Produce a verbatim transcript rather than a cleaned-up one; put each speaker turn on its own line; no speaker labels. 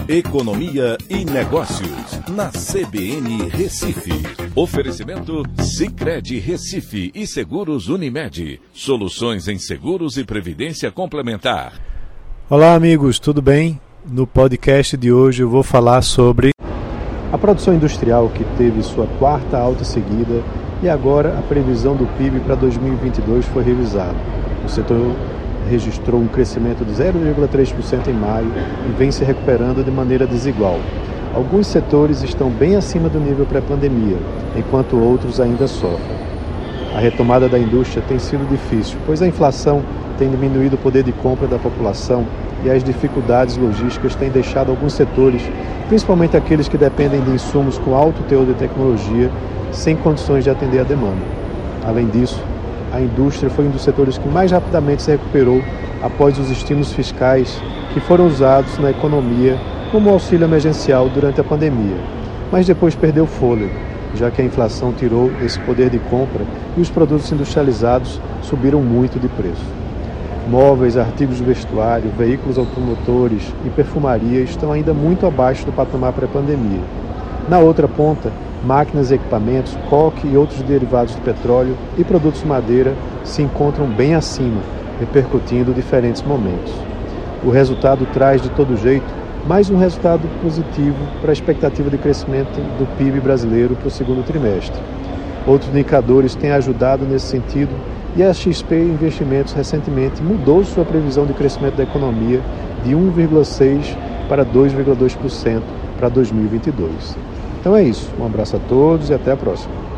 Economia e Negócios, na C B N Recife. Oferecimento Sicredi Recife e Seguros Unimed. Soluções em seguros e previdência complementar.
Olá amigos, tudo bem? No podcast de hoje eu vou falar sobre a produção industrial, que teve sua quarta alta seguida, e agora a previsão do P I B para dois mil e vinte e dois foi revisada. O setor registrou um crescimento de zero vírgula três por cento em maio e vem se recuperando de maneira desigual. Alguns setores estão bem acima do nível pré-pandemia, enquanto outros ainda sofrem. A retomada da indústria tem sido difícil, pois a inflação tem diminuído o poder de compra da população e as dificuldades logísticas têm deixado alguns setores, principalmente aqueles que dependem de insumos com alto teor de tecnologia, sem condições de atender a demanda. Além disso, a indústria foi um dos setores que mais rapidamente se recuperou após os estímulos fiscais que foram usados na economia como auxílio emergencial durante a pandemia, mas depois perdeu fôlego, já que a inflação tirou esse poder de compra e os produtos industrializados subiram muito de preço. Móveis, artigos de vestuário, veículos automotores e perfumaria estão ainda muito abaixo do patamar pré-pandemia. Na outra ponta, máquinas e equipamentos, coque e outros derivados de petróleo e produtos de madeira se encontram bem acima, repercutindo diferentes momentos. O resultado traz, de todo jeito, mais um resultado positivo para a expectativa de crescimento do P I B brasileiro para o segundo trimestre. Outros indicadores têm ajudado nesse sentido e a X P Investimentos recentemente mudou sua previsão de crescimento da economia de um vírgula seis por cento para dois vírgula dois por cento para dois mil e vinte e dois. Então é isso, um abraço a todos e até a próxima.